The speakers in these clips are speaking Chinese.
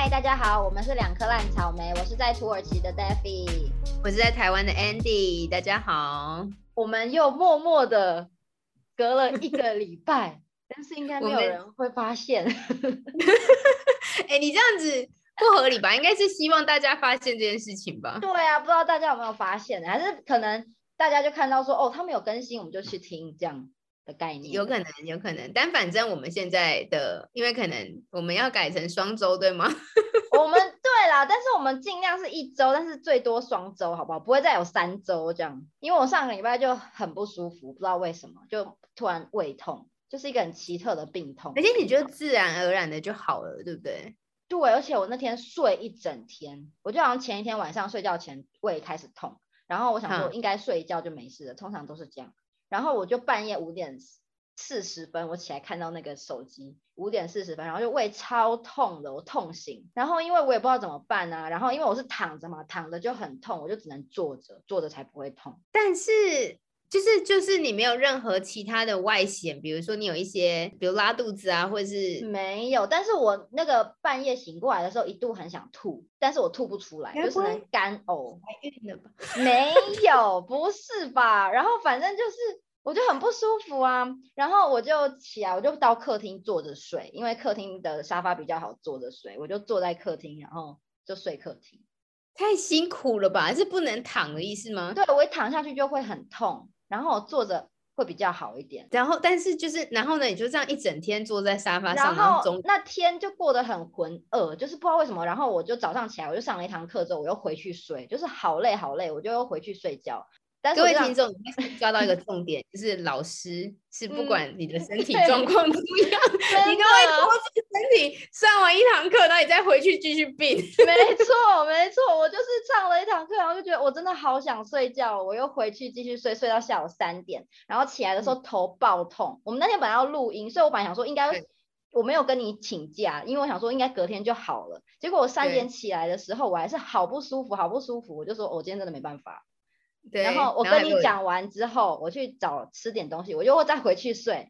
嗨，大家好，我们是两颗烂草莓，我是在土耳其的 Daffy， 我是在台湾的 Andy，大家好。 我们又默默的隔了1个礼拜，但是应该没有人会发现。 你这样子不合理吧？应该是希望大家发现这件事情吧？ 对啊，不知道大家有没有发现，还是可能大家就看到说，哦，他们有更新，我们就去听这样的概念。 有可能，有可能，但反正我们现在的，因为可能我们要改成双周，对吗？ 我们对啦，但是我们尽量是1周，但是最多2周，好不好？不会再有3周这样。因为我上个礼拜就很不舒服，不知道为什么，就突然胃痛，就是一个很奇特的病痛。 而且你就自然而然的就好了，对不对？ 对，而且我那天睡一整天，我就好像前一天晚上睡觉前胃开始痛，然后我想说应该睡一觉就没事了，通常都是这样。然后我就半夜5:40，我起来看到那个手机5:40，然后就胃超痛的，我痛醒。然后因为我也不知道怎么办啊，然后因为我是躺着嘛，躺着就很痛，我就只能坐着，坐着才不会痛。 但是就是你没有任何其他的外显，比如说你有一些，比如拉肚子啊，或者是没有，但是我那个半夜醒过来的时候，一度很想吐，但是我吐不出来，就只能干呕。 怀孕了吧？ 没有，不是吧？然后反正就是我就很不舒服啊，然后我就起来，我就到客厅坐着睡，因为客厅的沙发比较好坐着睡，我就坐在客厅，然后就睡客厅。 太辛苦了吧？是不能躺的意思吗？ 对，我一躺下去就会很痛，然后我坐着会比较好一点。 然后，但是就是，然后呢，你就这样一整天坐在沙发上，然后然后那天就过得很浑噩，就是不知道为什么。然后我就早上起来，我就上了一堂课之后，我又回去睡，就是好累好累，我就又回去睡觉。但是我就让各位听众，你现在抓到一个重点，就是老师是不管你的身体状对， 况怎么样，你真都会的。 拖着身体上完一堂课，然后你再回去继续病。 没错，没错，我就是上了一堂课，然后就觉得我真的好想睡觉，我又回去继续睡，睡到下午3点，然后起来的时候头爆痛。我们那天本来要录音，所以我本来想说应该我没有跟你请假，因为我想说应该隔天就好了。结果我3点起来的时候，我还是好不舒服，好不舒服，我就说我今天真的没办法。然后对， 我跟然后还被你讲完之后，我去找吃点东西，我又再回去睡。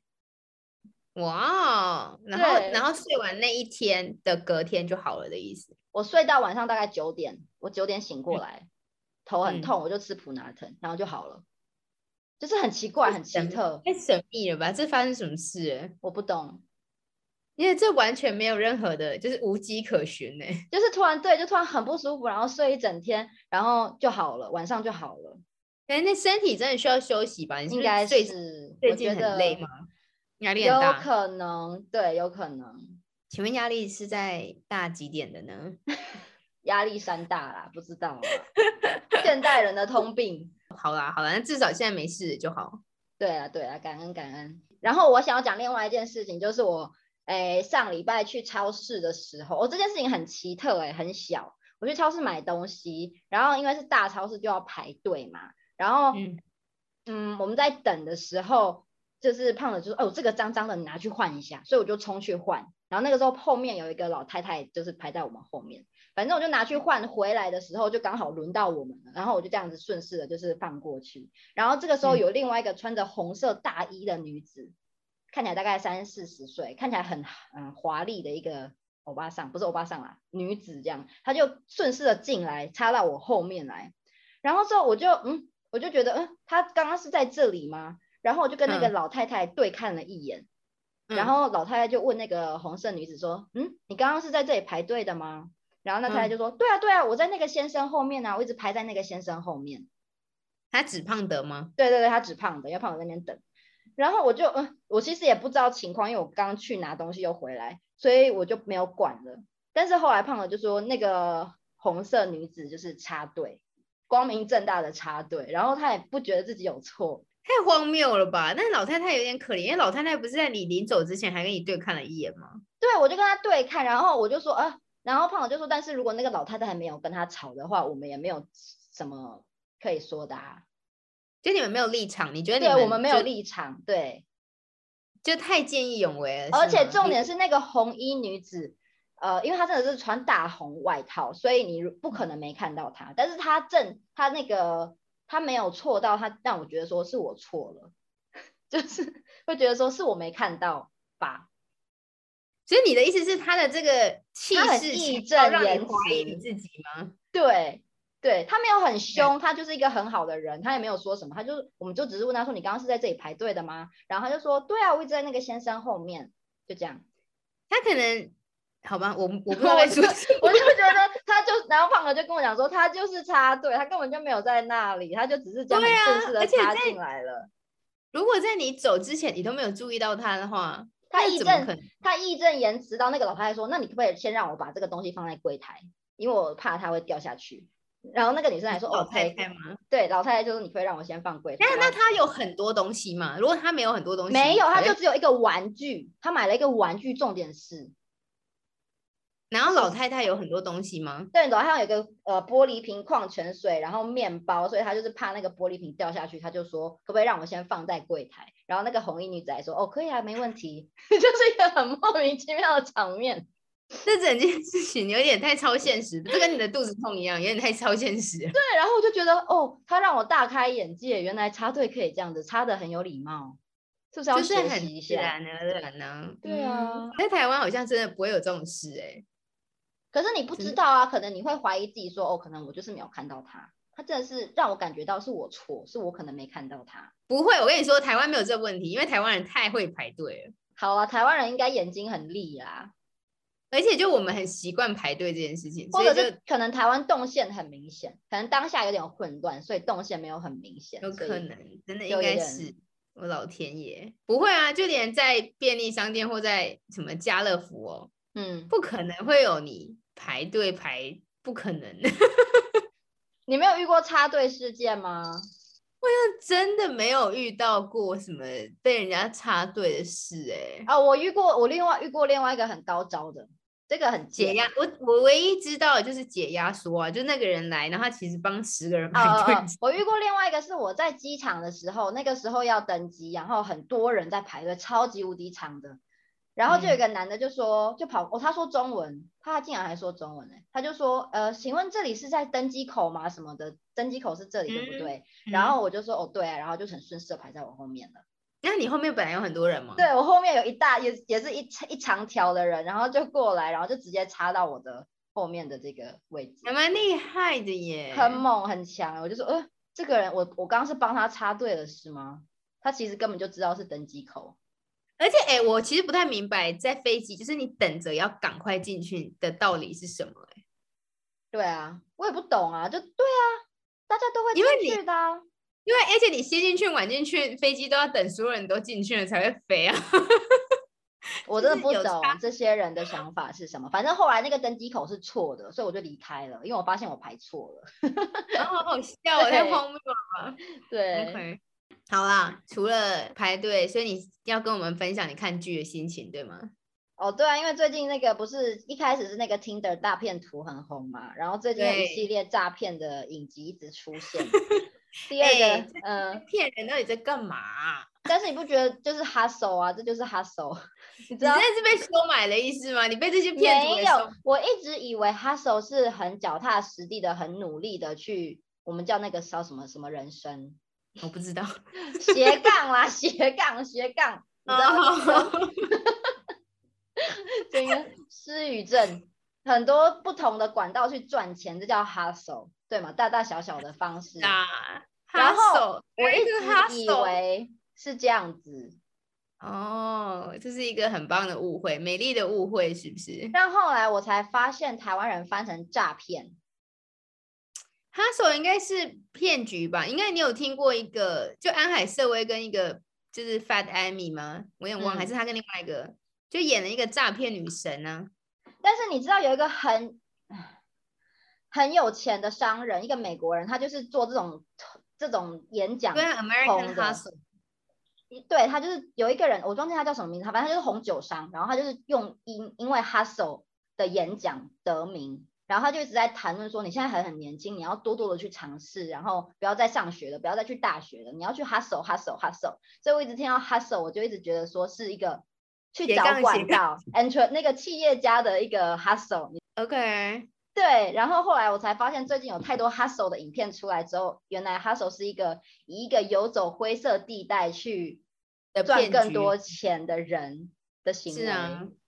哇，然后对， 睡完那一天的隔天就好了的意思。 我睡到晚上大概9点，我9点醒过来，头很痛，我就吃普拿疼，然后就好了。就是很奇怪，很奇特， 太神秘了吧？这发生什么事？ 我不懂。 因为这完全没有任何的，就是无迹可寻呢。 就是突然对，就突然很不舒服，然后睡一整天，然后就好了，晚上就好了。 那身体真的需要休息吧？你是不是应该是，我觉最近很累得吗？压力很大？ 有可能，对，有可能。 请问压力是在大几点的呢？ 压力山大啦，不知道啊，现代人的通病。 好啦，那至少现在没事就好。 对啊，对啊，感恩感恩。然后我想要讲另外一件事情，就是我上礼拜去超市的时候，这件事情很奇特很小。我去超市买东西，然后因为是大超市就要排队嘛，然后我们在等的时候，就是胖子就说：“哦，这个脏脏的，你拿去换一下。”所以我就冲去换。然后那个时候后面有一个老太太，就是排在我们后面。反正我就拿去换，回来的时候就刚好轮到我们了，然后我就这样子顺势的，就是放过去。然后这个时候有另外一个穿着红色大衣的女子，看起来大概30-40岁，看起来很华丽的一个欧巴桑，不是欧巴桑啦，女子这样，她就顺势的进来，插到我后面来。然后之后我就觉得她刚刚是在这里吗？然后我就跟那个老太太对看了一眼，然后老太太就问那个红色女子说：“你刚刚是在这里排队的吗？”然后那太太就说：“对啊，对啊，我在那个先生后面啊，我一直排在那个先生后面。” 他指胖的吗？ 对对对，他指胖的，要胖的在那边等。然后我就我其实也不知道情况，因为我刚去拿东西又回来，所以我就没有管了。但是后来胖的就说那个红色女子就是插队，光明正大的插队，然后他也不觉得自己有错。 太荒谬了吧！但老太太有点可怜，因为老太太不是在你临走之前还跟你对看了一眼吗？ 对，我就跟他对看，然后我就说然后胖子就说，但是如果那个老太太还没有跟他吵的话，我们也没有什么可以说的啊。 就你们没有立场，你觉得你对，我们们没有立场，对。 就太见义勇为了， 而且是吗？ 重点是那个红衣女子，因为她真的是穿大红外套，所以你不可能没看到她。但是她那个她没有错到她让我觉得说是我错了，就是会觉得说是我没看到吧。 所以你的意思是他的这个气势义强到让你正言怀疑辞你自己吗？ 对对，他没有很凶，他就是一个很好的人，他也没有说什么，我们就只是问他说你刚刚是在这里排队的吗？然后他就说对啊，我一直在那个先生后面，就这样。 他可能好吧，我不知道在说什么。 我就觉得然后胖哥就跟我讲说他就是插队，他根本就没有在那里，他就只是这样很顺势的插进来了。 如果在你走之前你都没有注意到他的话， 他怎么可能？ 他义正言辞到那个老太太说，那你可不可以先让我把这个东西放在柜台，因为我怕它会掉下去。然后那个女生还说老太 OK， 太吗？ 对，老太太就说你可以让我先放柜台。 那他有很多东西吗？如果他没有很多东西， 没有，他就只有一个玩具，他买了一个玩具，重点是。 然后老太太有很多东西吗？ 对，老太太有个玻璃瓶矿泉水，然后面包，所以他就是怕那个玻璃瓶掉下去，他就说可不可以让我先放在柜台？然后那个红衣女子还说哦可以啊，没问题，就是一个很莫名其妙的场面。 这整件事情有点太超现实，这跟你的肚子痛一样，有点太超现实。 对，然后我就觉得哦，他让我大开眼界，原来插队可以这样子，插的很有礼貌，是不是要学习一下？ 自然而然呢。 对啊， 在台湾好像真的不会有这种事可是你不知道啊，可能你会怀疑自己说哦，可能我就是没有看到他，他真的是让我感觉到是我错，是我可能没看到他。 不会，我跟你说，台湾没有这个问题，因为台湾人太会排队了。 好啊，台湾人应该眼睛很利啦。 而且就我们很习惯排队这件事情， 或者是可能台湾动线很明显，可能当下有点混乱，所以动线没有很明显。 有可能，真的应该是。我老天爷，不会啊！就连在便利商店或在什么家乐福不可能会有你排队排，不可能。 你没有遇过插队事件吗？ 我真的没有遇到过什么被人家插队的事我另外遇过另外一个很高招的，这个很解压。我唯一知道的就是解压缩啊，就那个人来，然后他其实帮10个人排队。 我遇过另外一个是我在机场的时候，那个时候要登机，然后很多人在排队，超级无敌长的。然后就有一个男的就说，他说中文，他竟然还说中文他就说请问这里是在登机口吗？什么的，登机口是这里对不对？然后我就说哦对啊，然后就很顺势的排在我后面了。 那你后面本来有很多人吗？ 对，我后面有也是一长条的人，然后就过来，然后就直接插到我的后面的这个位置， 还蛮厉害的耶， 很猛很强。我就说这个人我刚刚是帮他插队了是吗？他其实根本就知道是登机口。 而且我其实不太明白，在飞机就是你等着要赶快进去的道理是什么对啊，我也不懂啊，就对啊，大家都会进去的因为而且你先进去晚进去，飞机都要等所有人都进去了才会飞啊。 我真的不懂这些人的想法是什么。反正后来那个登机口是错的，所以我就离开了，因为我发现我排错了。 然后好好笑，太荒谬了吧？ 对。 Okay. 好啦，除了排队，所以你要跟我们分享你看剧的心情，对吗？ 对啊，因为最近那个不是一开始是那个 Tinder 大片图很红嘛，然后最近一系列诈骗的影集一直出现。第二个， 骗人到底在干嘛？ 但是你不觉得就是 hustle 啊？这就是 hustle。你知道你现在是被收买的意思吗？你被这些骗子没有？我一直以为 hustle 是很脚踏实地的、很努力的去，我们叫那个叫什么什么人生。 我不知道。 斜杠啦，斜杠，你知道这个失语症，很多不同的管道去赚钱，这叫 hustle， 对吗？大大小小的方式。然后我一直以为是这样子。 这是一个很棒的误会，美丽的误会，是不是？ 但后来我才发现，台湾人翻成诈骗。 hustle 应该是骗局吧？应该你有听过一个，就安海瑟薇跟一个就是 Fat Amy 吗？我有点忘，还是他跟另外一个就演了一个诈骗女神呢？ 但是你知道有一个很有钱的商人，一个美国人，他就是做这种演讲， 对 American Hustle。 对，他就是有一个人，我忘记他叫什么名字，反正他就是红酒商，然后他就是因为 hustle 的演讲得名，然后他就一直在谈论说，你现在还很年轻，你要多多的去尝试，然后不要再上学了，不要再去大学了，你要去 hustle。所以我一直听到 hustle， 我就一直觉得说是一个去找管道 enter 那个企业家的一个 hustle。OK。对，然后后来我才发现，最近有太多 hustle 的影片出来之后，原来 hustle 是以一个游走灰色地带去赚更多钱的人的行为。 是啊，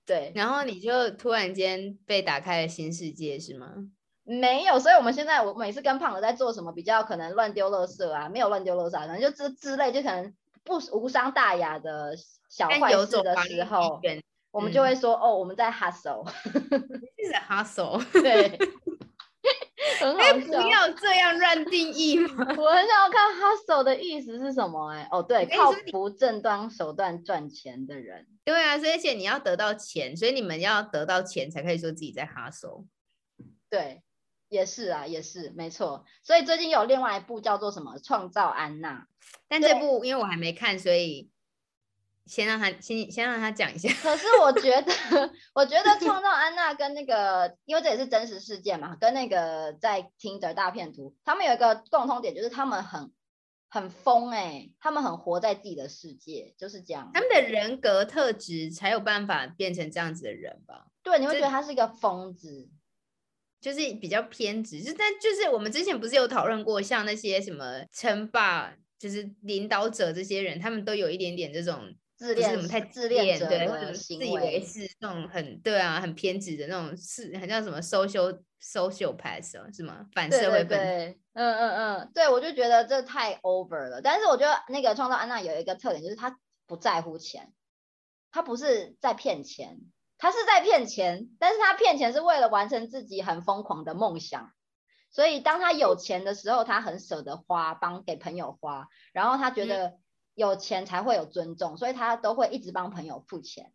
对， 然后你就突然间被打开了新世界是吗？ 没有，所以我每次跟胖子在做什么比较可能乱丢垃圾啊，没有乱丢垃圾，可能就之类，就可能无伤大雅的小坏事的时候，我们就会说哦，我们在 hustle， 是 hustle， 对，很好笑。 不要这样乱定义吗？ 我很想要看 hustle 的意思是什么哦，对，靠不正当手段赚钱的人。 对啊，而且你要得到钱，所以你们要得到钱才可以说自己在 hustle。 对。也是啊，也是没错。所以最近有另外一部叫做什么《创造安娜》， 但这部因为我还没看，所以先让他讲一下。 可是我觉得《创造安娜》跟那个，因为这也是真实事件嘛，跟那个在 Tinder 大骗图，他们有一个共通点，就是他们很疯他们很活在自己的世界，就是这样。 他们的人格特质才有办法变成这样子的人吧？ 对，你会觉得他是一个疯子。 就是比较偏执，但就是我们之前不是有讨论过，像那些什么称霸，就是领导者这些人，他们都有一点点这种自恋者的行为，自以为是那种很偏执的那种，很像什么 sociopath 是吗？反社会分子。 对，我就觉得这太 over 了。但是我觉得那个创造安娜有一个特点，就是他不在乎钱，他不是在骗钱。他是在骗钱，但是他骗钱是为了完成自己很疯狂的梦想，所以当他有钱的时候，他很舍得花，给朋友花，然后他觉得有钱才会有尊重，所以他都会一直帮朋友付钱。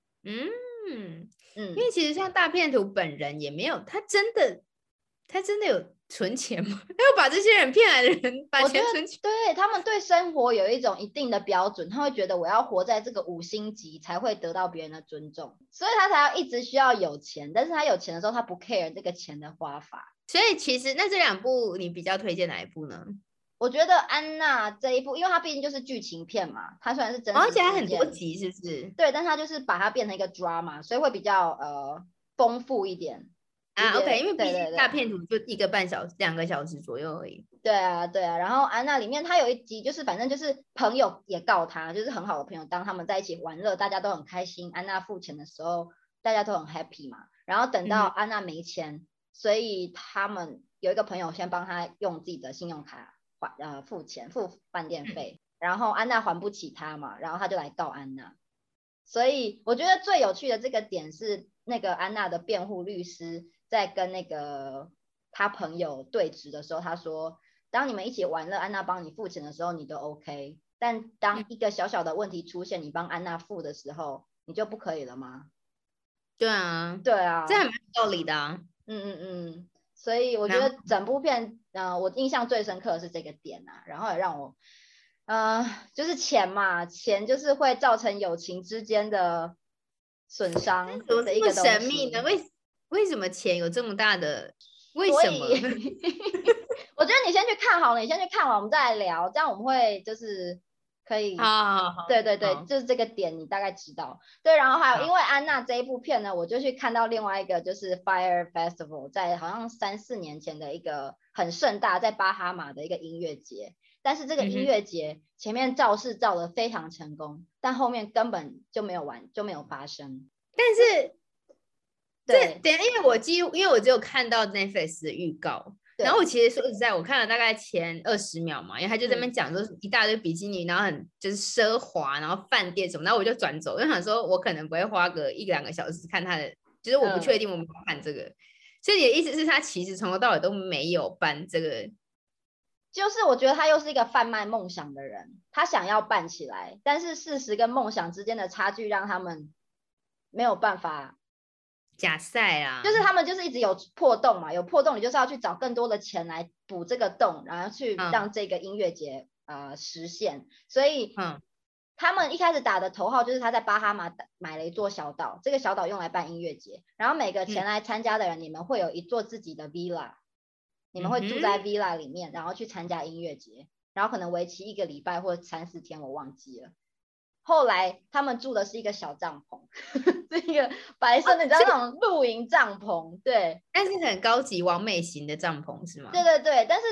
因为其实像大骗图本人也没有，他真的有存钱吗？他要把这些人骗来的人把钱存钱？ 对，他们对生活有一种一定的标准，他会觉得我要活在这个5星级才会得到别人的尊重，所以他才要一直需要有钱。但是他有钱的时候，他不 care 这个钱的花法。 所以其实那这2部你比较推荐哪一部呢？ 我觉得安娜这一部，因为它毕竟就是剧情片嘛，它虽然是真实事件， 而且它很多集，是不是？ 对，但它就是把它变成一个 drama， 所以会比较丰富一点。 OK， 因为毕竟大片图就1个半小时、2个小时左右而已。 对啊。然后安娜里面它有一集，就是反正就是朋友也告他，就是很好的朋友，当他们在一起玩乐，大家都很开心，安娜付钱的时候，大家都很 happy 嘛。然后等到安娜没钱，所以他们有一个朋友先帮他用自己的信用卡付钱，付饭店费，然后安娜还不起他嘛，然后他就来告安娜。所以我觉得最有趣的这个点是，那个安娜的辩护律师在跟那个他朋友对质的时候，他说，当你们一起玩乐，安娜帮你付钱的时候，你都 OK， 但当一个小小的问题出现，你帮安娜付的时候，你就不可以了吗？ 对啊， 对啊， 这还蛮有道理的啊。 所以我觉得整部片，我印象最深刻的是这个点啊，然后也让我，就是钱嘛，钱就是会造成友情之间的损伤的一个东西。 这么神秘呢？为什么钱有这么大的？为什么？ 我觉得你先去看好了，我们再来聊，这样我们会就是可以。 好， 对，就是这个点你大概知道。对，然后还有因为安娜这一部片呢，我就去看到另外一个就是 Fire Festival， 在好像3-4年前的一个很盛大在巴哈马的一个音乐节，但是这个音乐节前面造势造得非常成功，但后面根本就没有发生。 但是对，因为我只有看到 Netflix 的预告，然后我其实说实在，我看了大概前20秒嘛，因为他就在那边讲说一大堆比基尼，然后很就是奢华，然后饭店什么，然后我就转走，因为想说我可能不会花个1-2个小时看他的，就是我不确定我们看这个，所以你的意思是他其实从头到尾都没有办这个？ 就是我觉得他又是一个贩卖梦想的人，他想要办起来，但是事实跟梦想之间的差距让他们没有办法。 假赛啊， 就是他们就是一直有破洞嘛，有破洞你就是要去找更多的钱来补这个洞，然后去让这个音乐节实现。所以他们一开始打的头号就是他在巴哈马买了一座小岛，这个小岛用来办音乐节，然后每个前来参加的人，你们会有一座自己的 villa， 你们会住在 villa 里面，然后去参加音乐节，然后可能为期1个礼拜或3-4天，我忘记了。后来他们住的是一个小帐篷，是一个白色的，你知道那种露营帐篷，对， 但是很高级完美型的帐篷是吗？ 对，但是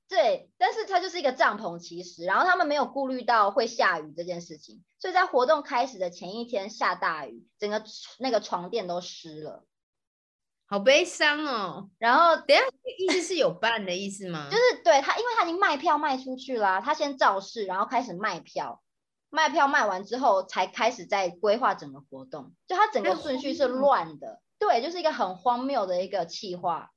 对，但是它就是一个帐篷其实，然后他们没有顾虑到会下雨这件事情，所以在活动开始的前一天下大雨，整个那个床垫都湿了， 好悲伤哦。 然后等一下意思是有办的意思吗？ 就是对他，因为他已经卖票卖出去啦，他先造势，然后开始卖票，卖票卖完之后才开始在规划整个活动，就他整个顺序是乱的，对，就是一个很荒谬的一个企划。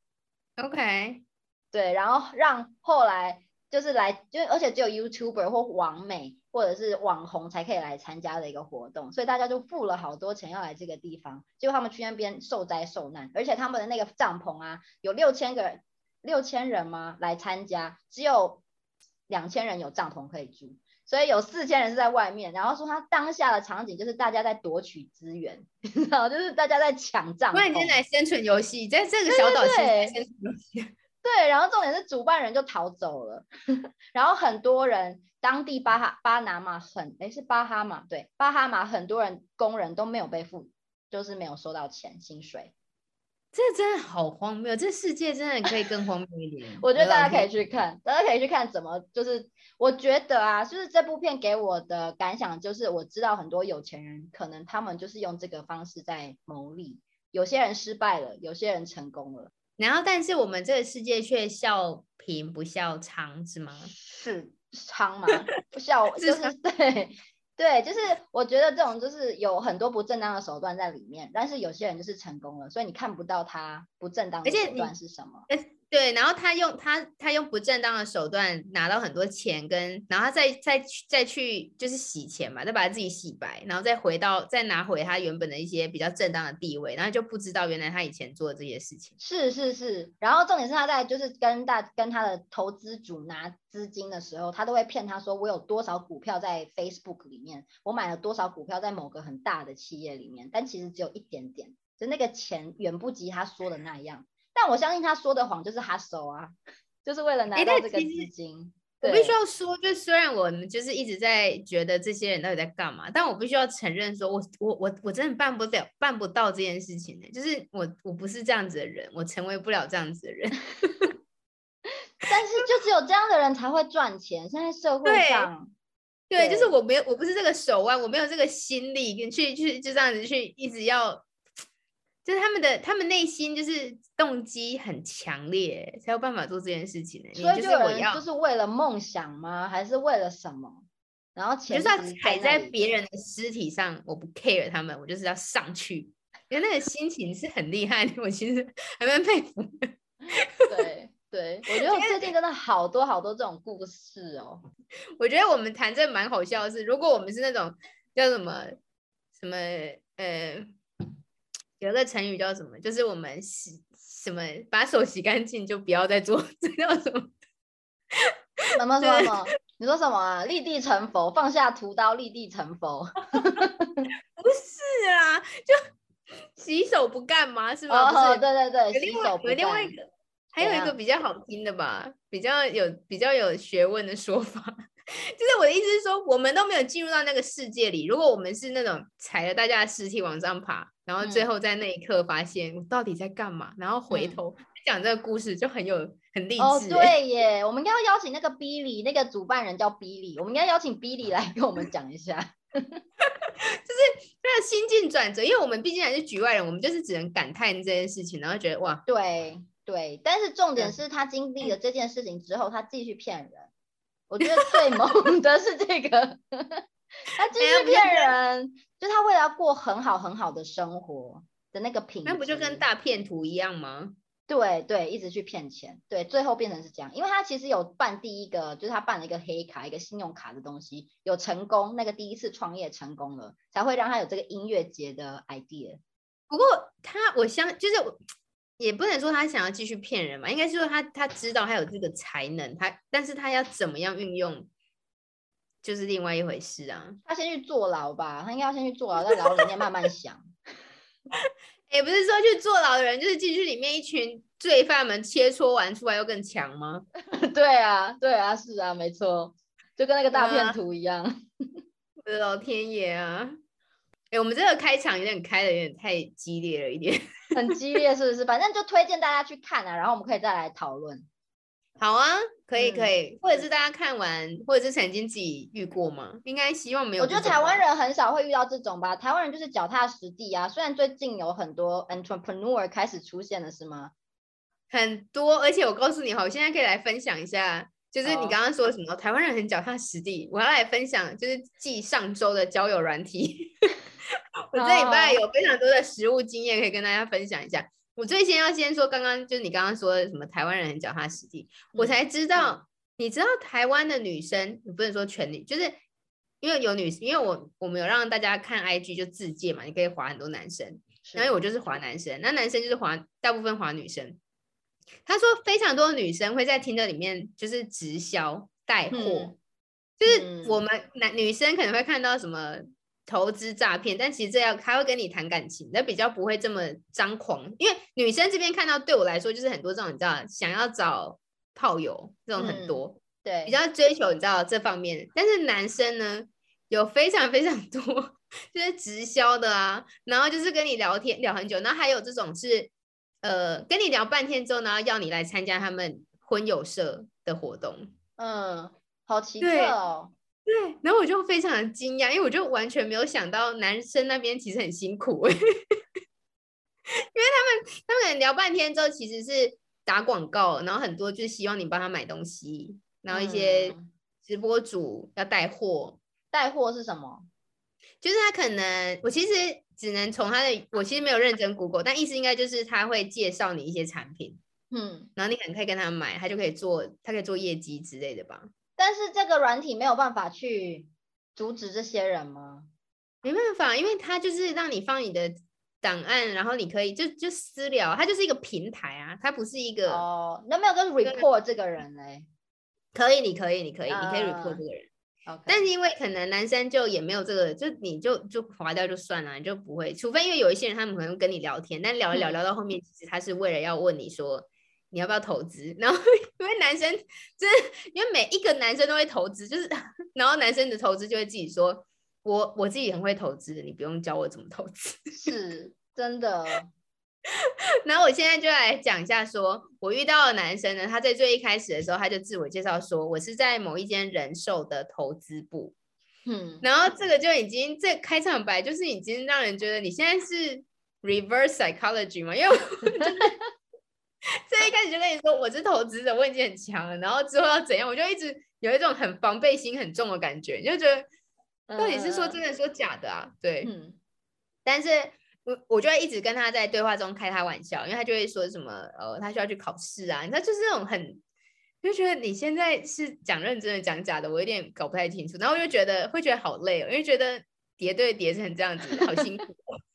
OK。 对，然后让后来就是来，就而且只有 YouTuber 或网美或者是网红才可以来参加的一个活动，所以大家就付了好多钱要来这个地方，结果他们去那边受灾受难，而且他们的那个帐篷啊，有6000人吗来参加，只有2000人有帐篷可以住。所以有4000人是在外面，然后说他当下的场景就是大家在夺取资源，然后就是大家在抢帐篷。 突然间来生存游戏，在这个小岛其实在生存游戏。 对，然后重点是主办人就逃走了，然后很多人当地巴拿马是巴哈马，对，巴哈马很多人工人都没有被付，就是没有收到薪水。 这真的好荒谬，这世界真的可以更荒谬一点。 我觉得大家可以去看，怎么就是我觉得啊，就是这部片给我的感想就是，我知道很多有钱人可能他们就是用这个方式在牟利，有些人失败了，有些人成功了。 然后，但是我们这个世界却笑贫不笑娼，是吗？ 是娼吗？不笑，就是对，就是我觉得这种就是有很多不正当的手段在里面，但是有些人就是成功了，所以你看不到他不正当的手段是什么。 对，然后他用不正当的手段拿到很多钱，然后他再去就是洗钱嘛，再把他自己洗白，然后再拿回他原本的一些比较正当的地位，然后就不知道原来他以前做的这些事情。 是，然后重点是他在就是跟他的投资主拿资金的时候，他都会骗他说我有多少股票在 Facebook 里面，我买了多少股票在某个很大的企业里面，但其实只有一点点，就那个钱远不及他说的那样。但我相信他说的谎就是hustle啊，就是为了拿到这个资金。 我必须要说，就虽然我们就是一直在觉得这些人到底在干嘛，但我必须要承认说，我真的办不到这件事情的，就是我不是这样子的人，我成为不了这样子的人。 但是就只有这样的人才会赚钱，现在社会上， 对，就是我不是这个手腕，我没有这个心力跟去就这样子去一直要。就是他们内心就是动机很强烈，才有办法做这件事情的。 所以就有人就是为了梦想吗？还是为了什么？然后就是要踩在别人的尸体上，我不 care 他们，我就是要上去。因为那个心情是很厉害的，我其实还蛮佩服的。 对，我觉得我最近真的好多这种故事哦。 我觉得我们谈这蛮好笑的是，如果我们是那种叫什么有个成语叫什么？就是我们把手洗干净就不要再做，这叫什么？ 什么？你说什么啊？立地成佛，放下屠刀，立地成佛。 不是啊，就洗手不干嘛是吗？ 哦，对，洗手不干。 有另外一个，还有一个比较好听的吧，比较有学问的说法。就是我的意思是说，我们都没有进入到那个世界里。如果我们是那种踩着大家的尸体往上爬，然后最后在那一刻发现我到底在干嘛，然后回头讲这个故事，就很励志。 哦，对耶，我们应该要邀请那个 Billy， 那个主办人叫 Billy， 我们应该邀请 Billy 来跟我们讲一下。 就是那个心境转折，因为我们毕竟还是局外人，我们就是只能感叹这件事情，然后觉得哇， 对，但是重点是他经历了这件事情之后，他继续骗人。我觉得最猛的是这个，他继续骗人，就是他为了要过很好的生活的那个品质， 那不就跟大骗图一样吗？ 对，一直去骗钱，对，最后变成是这样，因为他其实有办第一个，就是他办了一个黑卡，一个信用卡的东西，有成功，那个第一次创业成功了，才会让他有这个音乐节的 idea。 不过就是也不能说他想要继续骗人嘛，应该是说他知道他有这个才能，但是他要怎么样运用，就是另外一回事啊。 他先去坐牢吧，他应该要先去坐牢，在牢里面慢慢想。 也不是说去坐牢的人就是进去里面一群罪犯们切磋完出来又更强吗？ 对啊，是啊，没错，就跟那个大骗图一样。 我的老天爷啊！我们这个开场有点开的有点太激烈了一点。 很激烈是不是？反正就推荐大家去看啊，然后我们可以再来讨论。 好啊，可以可以，或者是大家看完，或者是曾经自己遇过吗？应该希望没有。 我觉得台湾人很少会遇到这种吧，台湾人就是脚踏实地啊。虽然最近有很多 entrepreneur 开始出现了，是吗？ 很多，而且我告诉你哈，我现在可以来分享一下，就是你刚刚说什么台湾人很脚踏实地，我要来分享，就是继上周的交友软体，我这礼拜有非常多的实务经验可以跟大家分享一下。我最先要先说，刚刚就是你刚刚说的什么台湾人很脚踏实地，我才知道，你知道台湾的女生，你不能说全女，就是因为有女，因为我们有让大家看 IG 就自介嘛，你可以滑很多男生，然后我就是滑男生，那男生就是滑大部分滑女生。他说非常多女生会在Tinder里面就是直销带货，就是我们女生可能会看到什么投资诈骗，但其实他会跟你谈感情，那比较不会这么张狂。因为女生这边看到，对我来说就是很多这种你知道想要找炮友这种很多， 对， 比较追求你知道这方面。但是男生呢，有非常非常多就是直销的啊，然后就是跟你聊天聊很久，然后还有这种是跟你聊半天之后，然后要你来参加他们婚友社的活动。 好奇特哦。 对，然后我就非常的惊讶，因为我就完全没有想到男生那边其实很辛苦，因为他们可能聊半天之后其实是打广告，然后很多就是希望你帮他买东西，然后一些直播主要带货。 带货是什么？ 就是他可能我其实只能从他的，我其实没有认真 Google， 但意思应该就是他会介绍你一些产品，然后你可能可以跟他买，他可以做业绩之类的吧。 但是这个软体没有办法去阻止这些人吗？ 没办法，因为它就是让你放你的档案，然后你可以就私聊，它就是一个平台啊，它不是一个。 那没有跟 report 这个人嘞？ 可以，你可以 report 这个人。但是因为可能男生就也没有这个，就你就划掉就算了，你就不会，除非因为有一些人他们可能跟你聊天，但聊一聊到后面，其实他是为了要问你说你要不要投资，然后因为男生真的，因为每一个男生都会投资，就是然后男生的投资就会自己说我自己很会投资，你不用教我怎么投资， 是真的。 然后我现在就来讲一下说我遇到的男生呢，他在最一开始的时候他就自我介绍说我是在某一间人寿的投资部，然后这个就已经这开场白就是已经让人觉得你现在是 reverse psychology 嘛，因为我最一开始就跟你说我是投资者，我已经很强了，然后之后要怎样，我就一直有一种很防备心很重的感觉，你就觉得到底是说真的说假的啊？对，但是我就会一直跟他在对话中开他玩笑，因为他就会说什么他需要去考试啊，你知道就是那种很就觉得你现在是讲认真的讲假的，我有点搞不太清楚，然后我就会觉得好累哦，因为觉得叠对叠成这样子好辛苦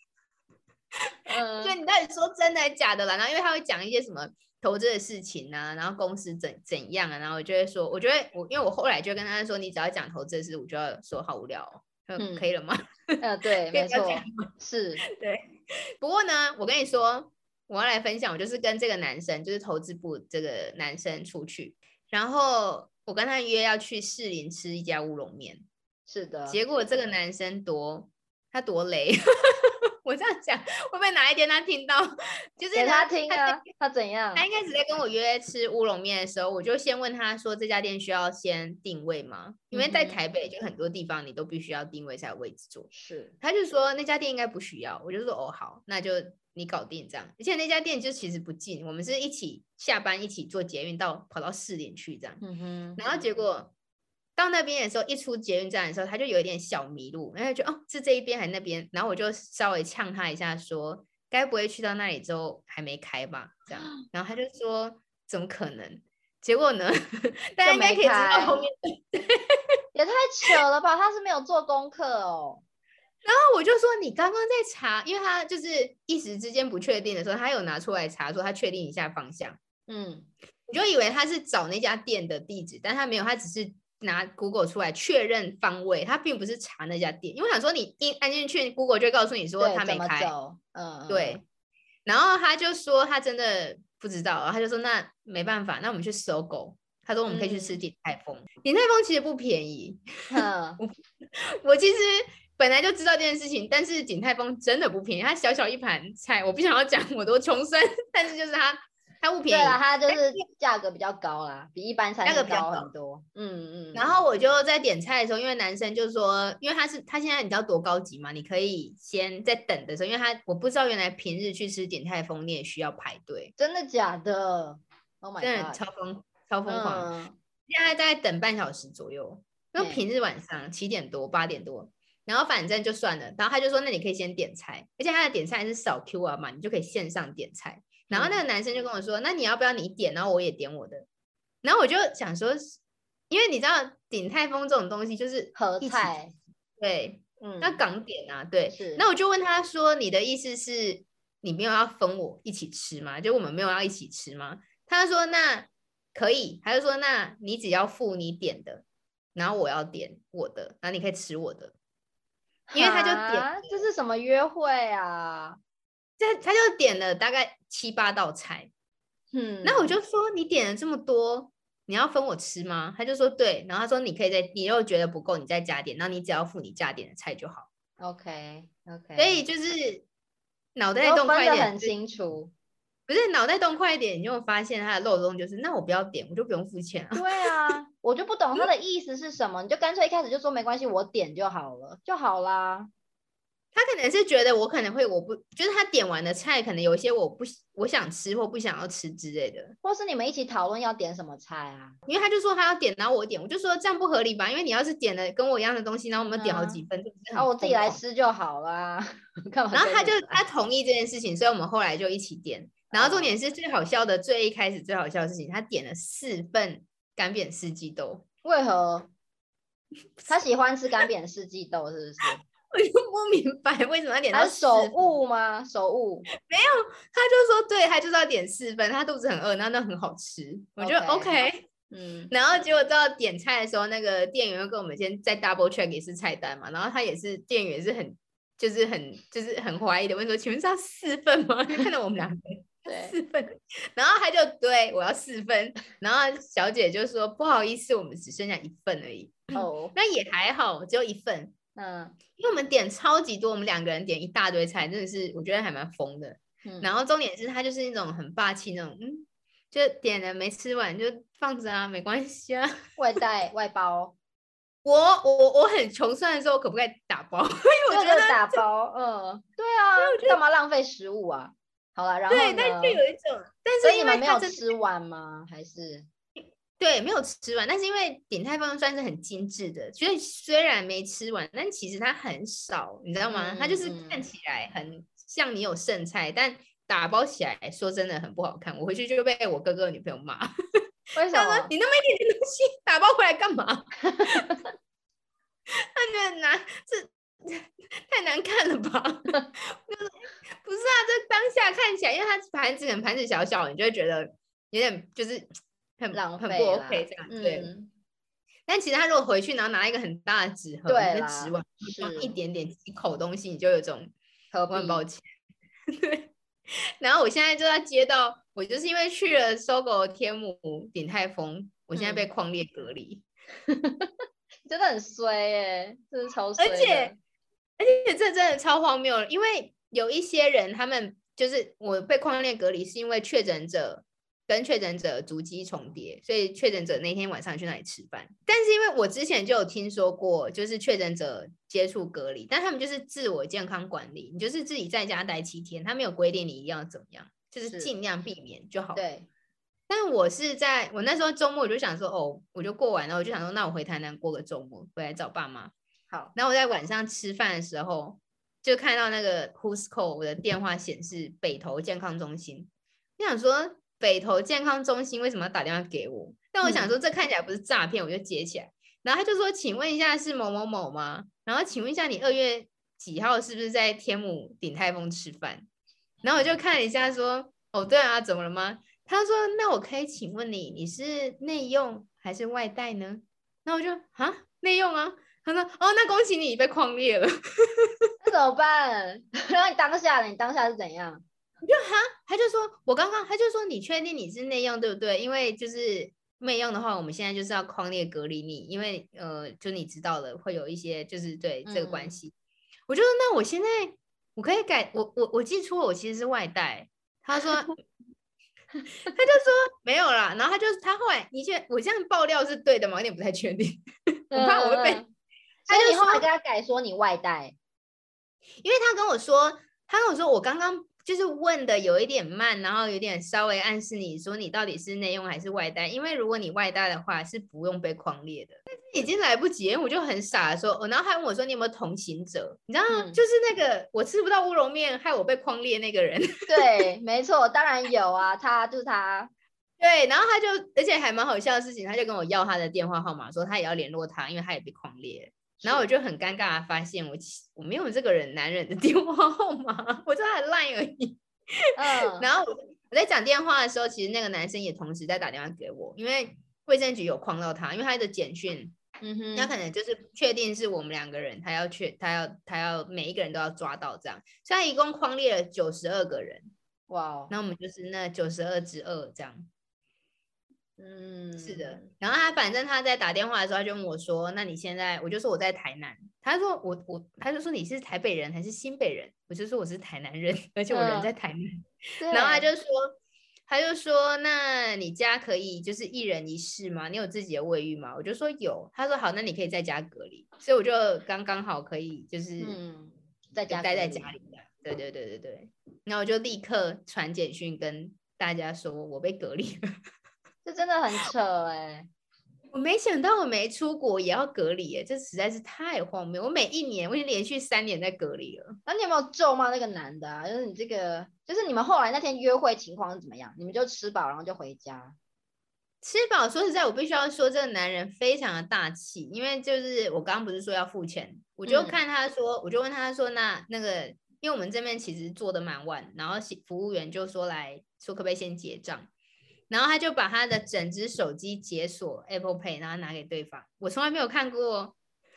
所以你到底说真的还是假的啦？然后因为他会讲一些什么投资的事情啊，然后公司怎样啊，然后我就会说，因为我后来就跟他说，你只要讲投资的事，我就要说好无聊哦，可以了吗？ 对，没错，是， 对。不过呢，我跟你说，我要来分享，我就是跟这个男生，就是投资部这个男生出去，然后我跟他约要去士林吃一家乌龙面， 是的， 结果这个男生多雷。我这样讲会不会哪一天他听到？就是给他听啊，他怎样？ 他一开始在跟我约吃乌龙面的时候，我就先问他说这家店需要先定位吗？因为在台北就很多地方你都必须要定位才有位置坐。 是， 他就说那家店应该不需要，我就说哦好，那就你搞定这样。而且那家店就其实不近，我们是一起下班一起坐捷运跑到士林去这样。然后结果到那边的时候，一出捷运站的时候，他就有一点小迷路，然后就是这一边还是那边，然后我就稍微呛他一下说，该不会去到那里之后还没开吧？这样，然后他就说怎么可能？结果呢，大家应该可以知道后面也太糗了吧？他是没有做功课哦。 然后我就说你刚刚在查，因为他就是一时之间不确定的时候，他有拿出来查说他确定一下方向，你就以为他是找那家店的地址，但他没有，他只是拿 Google 出来确认方位，他并不是查那家店，因为我想说你一按进去 Google 就会告诉你说他没开，对，然后他就说他真的不知道，然后他就说那没办法，那我们去搜狗，他说我们可以去吃鼎泰丰，鼎泰丰其实不便宜，我其实本来就知道这件事情，但是鼎泰丰真的不便宜，它小小一盘菜，我不想要讲我多穷酸，但是就是它它不便宜。 对啊，它就是价格比较高啦，比一般餐厅高很多。 然后我就在点菜的时候，因为男生就说，因为他现在你知道多高级嘛，你可以先在等的时候，因为我不知道原来平日去吃鼎泰丰你也需要排队。 真的假的 ？Oh my god！ 真的超疯狂。现在大概等半小时左右，因为平日晚上7点多8点多，然后反正就算了。然后他就说，那你可以先点菜，而且他的点菜是扫 QR 嘛，你就可以线上点菜。然后那个男生就跟我说，那你要不要你点，然后我也点我的。然后我就想说，因为你知道鼎泰丰这种东西就是合菜， 对，那港点啊，对。那我就问他说，你的意思是你没有要分我一起吃吗？就我们没有要一起吃吗？他说那可以，他就说那你只要付你点的，然后我要点我的，然后你可以吃我的，因为他就点， 这是什么约会啊？ 他就点了大概7、8道菜，那我就说你点了这么多，你要分我吃吗？他就说对，然后他说你可以你如果觉得不够，你再加点，然后你只要付你加点的菜就好。 OK， 所以就是脑袋动快一点， 很清楚。 不是脑袋动快一点，你就发现他的漏洞就是，那我不要点，我就不用付钱啊。 对啊，我就不懂他的意思是什么，你就干脆一开始就说没关系，我点就好了，就好啦。 他可能是觉得我可能会就是他点完的菜，可能有一些我想吃或不想要吃之类的， 或是你们一起讨论要点什么菜啊？ 因为他就说他要点，然后我点，我就说这样不合理吧？因为你要是点了跟我一样的东西，然后我们点好几份， 我自己来吃就好啦。干嘛？ 然后他同意这件事情，所以我们后来就一起点。然后重点是最好笑的，最一开始最好笑的事情，他点了4份干煸四季豆。 为何？他喜欢吃干煸四季豆是不是？ 我就不明白为什么要点到4份。 手误吗？手误？ 没有，他就说对，他就是要点4份，他肚子很饿，那很好吃，我就 OK。然后结果到点菜的时候，那个店员又跟我们先在 double check 也是菜单嘛，然后他也是店员是很怀疑的问说，请问是要4份吗？就看到我们2个4份，然后他就对我要4份，然后小姐就说不好意思，我们只剩下1份而已。那也还好，只有1份。因为我们点超级多，我们2个人点一大堆菜，真的是我觉得还蛮疯的。然后重点是他就是那种很霸气那种，就点了没吃完就放着啊，没关系啊， 外带外包。 我很穷，虽然说我可不可以打包，因为我觉得打包，对啊，干嘛浪费食物啊？好了，然后对，但就有一种，但是你们没有吃完吗？还是？ 对，没有吃完，但是因为鼎泰丰算是很精致的，所以虽然没吃完，但其实它很少，你知道吗？它就是看起来很像你有剩菜，但打包起来说真的很不好看。我回去就被我哥哥的女朋友骂， 为什么？ 他说你那么一点点东西打包回来干嘛？他觉得这太难看了吧？不是啊，这当下看起来，因为它盘子小小，你就会觉得有点就是很不 OK 这样。对。但其实他如果回去，然后拿一个很大的纸盒，你的纸碗装一点点几口东西，你就有种我很抱歉。对。然后我现在就要接到，我就是因为去了搜狗、天母、鼎泰丰，我现在被匡列隔离。 真的很衰耶，真的超衰的。 而且这真的超荒谬了，因为有一些人他们就是我被匡列隔离，是因为确诊者跟确诊者足迹重叠，所以确诊者那天晚上去那里吃饭。但是因为我之前就有听说过，就是确诊者接触隔离，但他们就是自我健康管理，你就是自己在家待7天，他没有规定你一定要怎么样，就是尽量避免就好。 对。 但我那时候周末我就想说，我就过完了，我就想说，那我回台南过个周末，回来找爸妈。 好， 然后我在晚上吃饭的时候，就看到那个 Who's Call 我的电话显示北投健康中心，我想说北投健康中心为什么要打电话给我？但我想说这看起来不是诈骗，我就接起来。然后他就说，请问一下是某某某吗？然后请问一下你2月几号是不是在天母鼎泰丰吃饭？然后我就看了一下说，对啊，怎么了吗？他说那我可以请问你是内用还是外带呢？那我就内用啊。他说那恭喜你被匡列了。 那怎么办？然后你当下是怎样？ 我就他就说他就说你确定你是内用对不对？因为就是内用的话，我们现在就是要匡列隔离你，因为就你知道了会有一些就是对这个关系。我就说那我现在我可以改，我记错了，我其实是外带。他说他就说没有啦，然后他后来我这样爆料是对的吗？我有点不太确定，我怕我会被。 所以你后来跟他改说你外带， 因为他跟我说我刚刚就是问的有一点慢，然后有点稍微暗示你说你到底是内用还是外带，因为如果你外带的话是不用被匡列的，但是已经来不及，因为我就很傻的说，然后他问我说你有没有同行者，你知道就是那个我吃不到乌龙面害我被匡列那个人。 对，没错，当然有啊，就是他。 对，然后他就而且还蛮好笑的事情，他就跟我要他的电话号码，说他也要联络他，因为他也被匡列。然后我就很尴尬的发现我没有这个男人的电话号码，我只有他的 line 而已。然后我在讲电话的时候，其实那个男生也同时在打电话给我，因为卫生局有匡到他，因为他的简讯，他可能就是确定是我们2个人，他要每一个人都要抓到这样，所以他一共匡列了92个人。哇，那我们就是那92之2这样。是的，然后反正他在打电话的时候，他就问我说：“那你现在？”我就说我在台南。他说他就说你是台北人还是新北人？我就说我是台南人，而且我人在台南。然后他就说：“那你家可以就是1人1室吗？你有自己的卫浴吗？”我就说有。他说好，那你可以在家隔离。所以我就刚好可以就是在家待在家里的。对。然后我就立刻传简讯跟大家说我被隔离了。 这真的很扯我没想到我没出国也要隔离这实在是太荒谬。我每1年我已经连续3年在隔离了。 那你有没有咒骂那个男的就是你就是你们后来那天约会情况是怎么样？你们就吃饱然后就回家？ 吃饱，说实在我必须要说这个男人非常的大气，因为就是我刚刚不是说要付钱，我就看他说，我就问他说那个因为我们这边其实做的蛮晚，然后服务员就说可不可以先结账，然后他就把他的整只手机解锁 Apple Pay， 然后拿给对方。我从来没有看过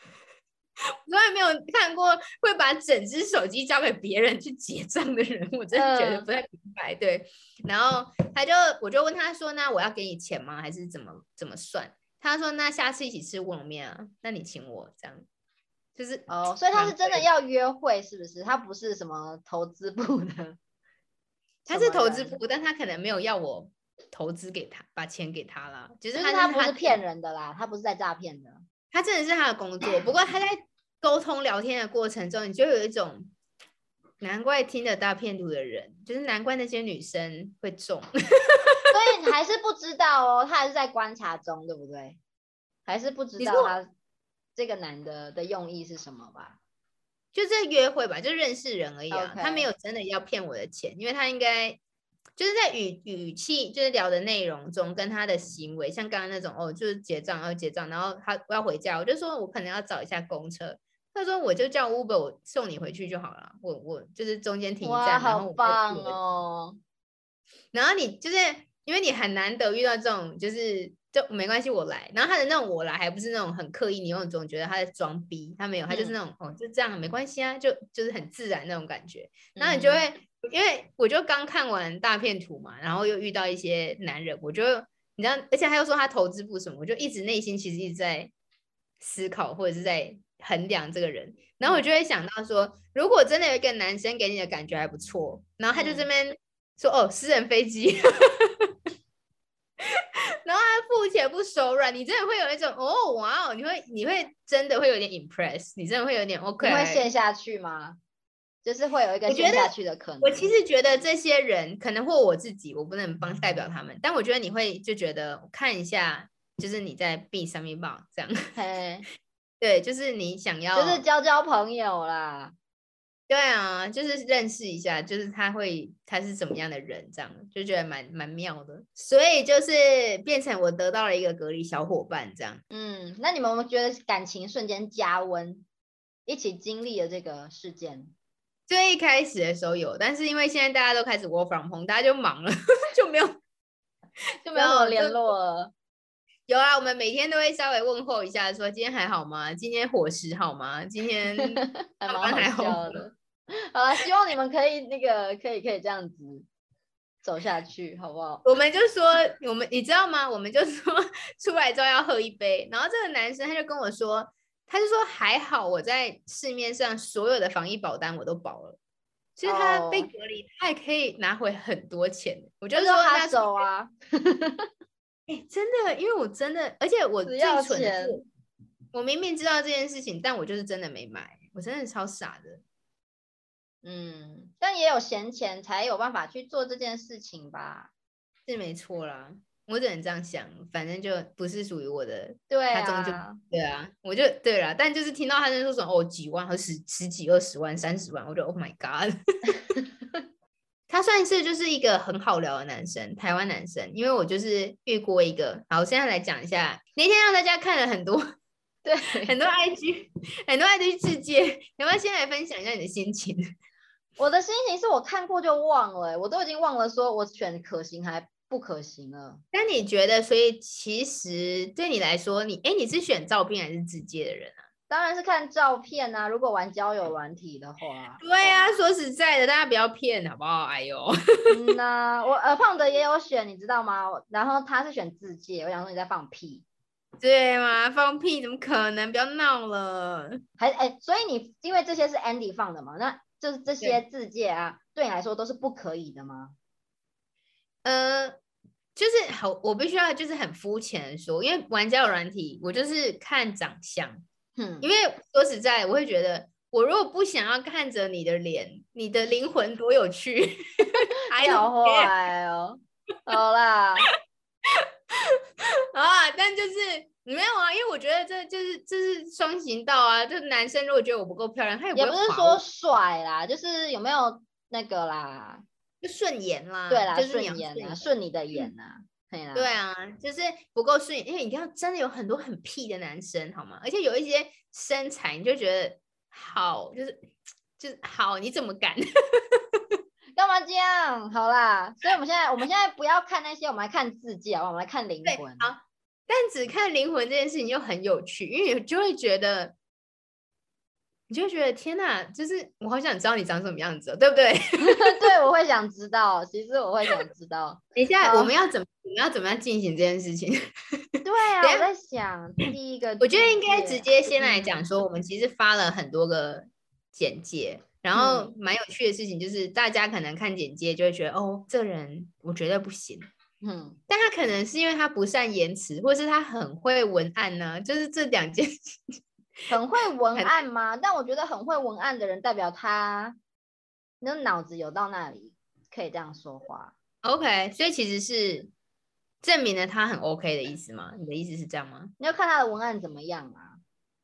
会把整只手机交给别人去结账的人，我真的觉得不太明白。对，然后我就问他说：“那我要给你钱吗？还是怎么算？”他说：“那下次一起吃乌龙面啊，那你请我。”这样就是所以他是真的要约会，是不是？他不是什么投资部的， 他是投资部，但他可能没有要我投资给他，把钱给他啦。就是他不是骗人的啦，他不是在诈骗的， 他真的是他的工作。不过他在沟通聊天的过程中，你就有一种难怪听得大骗图的人，就是难怪那些女生会中。所以你还是不知道他还是在观察中，对不对？还是不知道他这个男的用意是什么吧？ 就在约会吧，就认识人而已啊。他没有真的要骗我的钱，因为他应该就是在语气，就是聊的内容中跟他的行为，像刚刚那种就是结账，然后他要回家，我就说我可能要找一下公车。他说我就叫 Uber 我送你回去就好了，我就是中间停一站，然后好棒哦。 然后你就是因为你很难得遇到这种就没关系我来，然后他的那种我来还不是那种很刻意，你有种觉得他在装逼，他没有，他就是那种就这样没关系啊，就是很自然那种感觉。然后你就会因为我就刚看完大片图嘛，然后又遇到一些男人，我就你知道，而且他又说他投资部什么，我就一直内心其实一直在思考或者是在衡量这个人。然后我就会想到说，如果真的有一个男生给你的感觉还不错，然后他就这边说私人飞机然后他付钱不手软，你真的会有一种哇你会真的会有点 impress， 你真的会有点 OK。 你会陷下去吗？就是会有一个陷下去的可能。 我其实觉得这些人可能或我自己，我不能帮代表他们，但我觉得你会就觉得看一下，就是你在 B 上面报这样。对，就是你想要就是交朋友啦。 对啊，就是认识一下，就是他是怎么样的人，这样就觉得蛮妙的，所以就是变成我得到了一个隔离小伙伴这样。 那你们有没有觉得感情瞬间加温，一起经历了这个事件？ 最一开始的时候有，但是因为现在大家都开始 work from home， 大家就忙了，就没有什么联络了。 有啊，我们每天都会稍微问候一下，说今天还好吗？今天伙食好吗？今天还蛮好笑的。好了，希望你们可以可以这样子走下去，好不好？ 我们就说你知道吗？我们就说出来之后要喝一杯，然后这个男生他就跟我说，他就说还好我在市面上所有的防疫保单我都保了， 就是他被隔离，他还可以拿回很多钱。我就说他手啊， 真的，因为我真的，而且我最蠢的是，我明明知道这件事情，但我就是真的没买，我真的超傻的。 但也有闲钱才有办法去做这件事情吧？ 是没错啦，我只能这样想，反正就不是属于我的。 对啊， 他终究对啊，我就对啦，但就是听到他在说什么几万和十几20万30万，我就 Oh my God 他算是就是一个很好聊的男生，台湾男生，因为我就是遇过一个。好，我现在来讲一下，那天让大家看了很多， 对， 很多 IG 自介，要不要先来分享一下你的心情？ 我的心情是我看过就忘了，我都已经忘了说我选可行还不可行了。 但你觉得，所以其实对你来说，你是选照片还是自介的人啊？ 当然是看照片啊，如果玩交友软体的话。 对啊，说实在的，大家不要骗好不好？哎呦， 我胖的也有选，你知道吗？然后他是选自介，我想说你在放屁。 对吗？放屁怎么可能？不要闹了。 所以你因为这些是 Andy 放的嘛，那就是这些自介啊，对你来说都是不可以的吗？ 就是好，我必须要就是很肤浅的说，因为玩交友软体，我就是看长相。因为说实在，我会觉得，我如果不想要看着你的脸，你的灵魂多有趣， 好坏哦。好啦， 但就是没有啊，因为我觉得这是双行道啊。就是男生如果觉得我不够漂亮，他也不是说帅啦，就是有没有那个啦， 就顺眼啦。 对啦， 就是顺眼啦，顺你的眼啦。 对啊，就是不够顺眼，因为你要真的有很多很屁的男生，好吗？而且有一些身材，你就觉得好，就是好，你怎么敢？ 干嘛这样？好啦，所以我们现在不要看那些，我们来看自介，我们来看灵魂。 好，但只看灵魂这件事情又很有趣，因为你就会觉得天哪，就是我好想知道你长什么样子，对不对？ 对，我会想知道，其实我会想知道。 等一下，我们要怎么样进行这件事情？ 对啊，我在想第一个， 我觉得应该直接先来讲说，我们其实发了很多个简介，然后蛮有趣的事情就是大家可能看简介就会觉得哦，这人我绝对不行。但他可能是因为他不善言辞，或是他很会文案呢，就是这两件事情。 很会文案吗？但我觉得很会文案的人代表他那脑子有到那里可以这样说话。 OK， 所以其实是证明了他很 OK 的意思吗？你的意思是这样吗？ 你要看他的文案怎么样啊？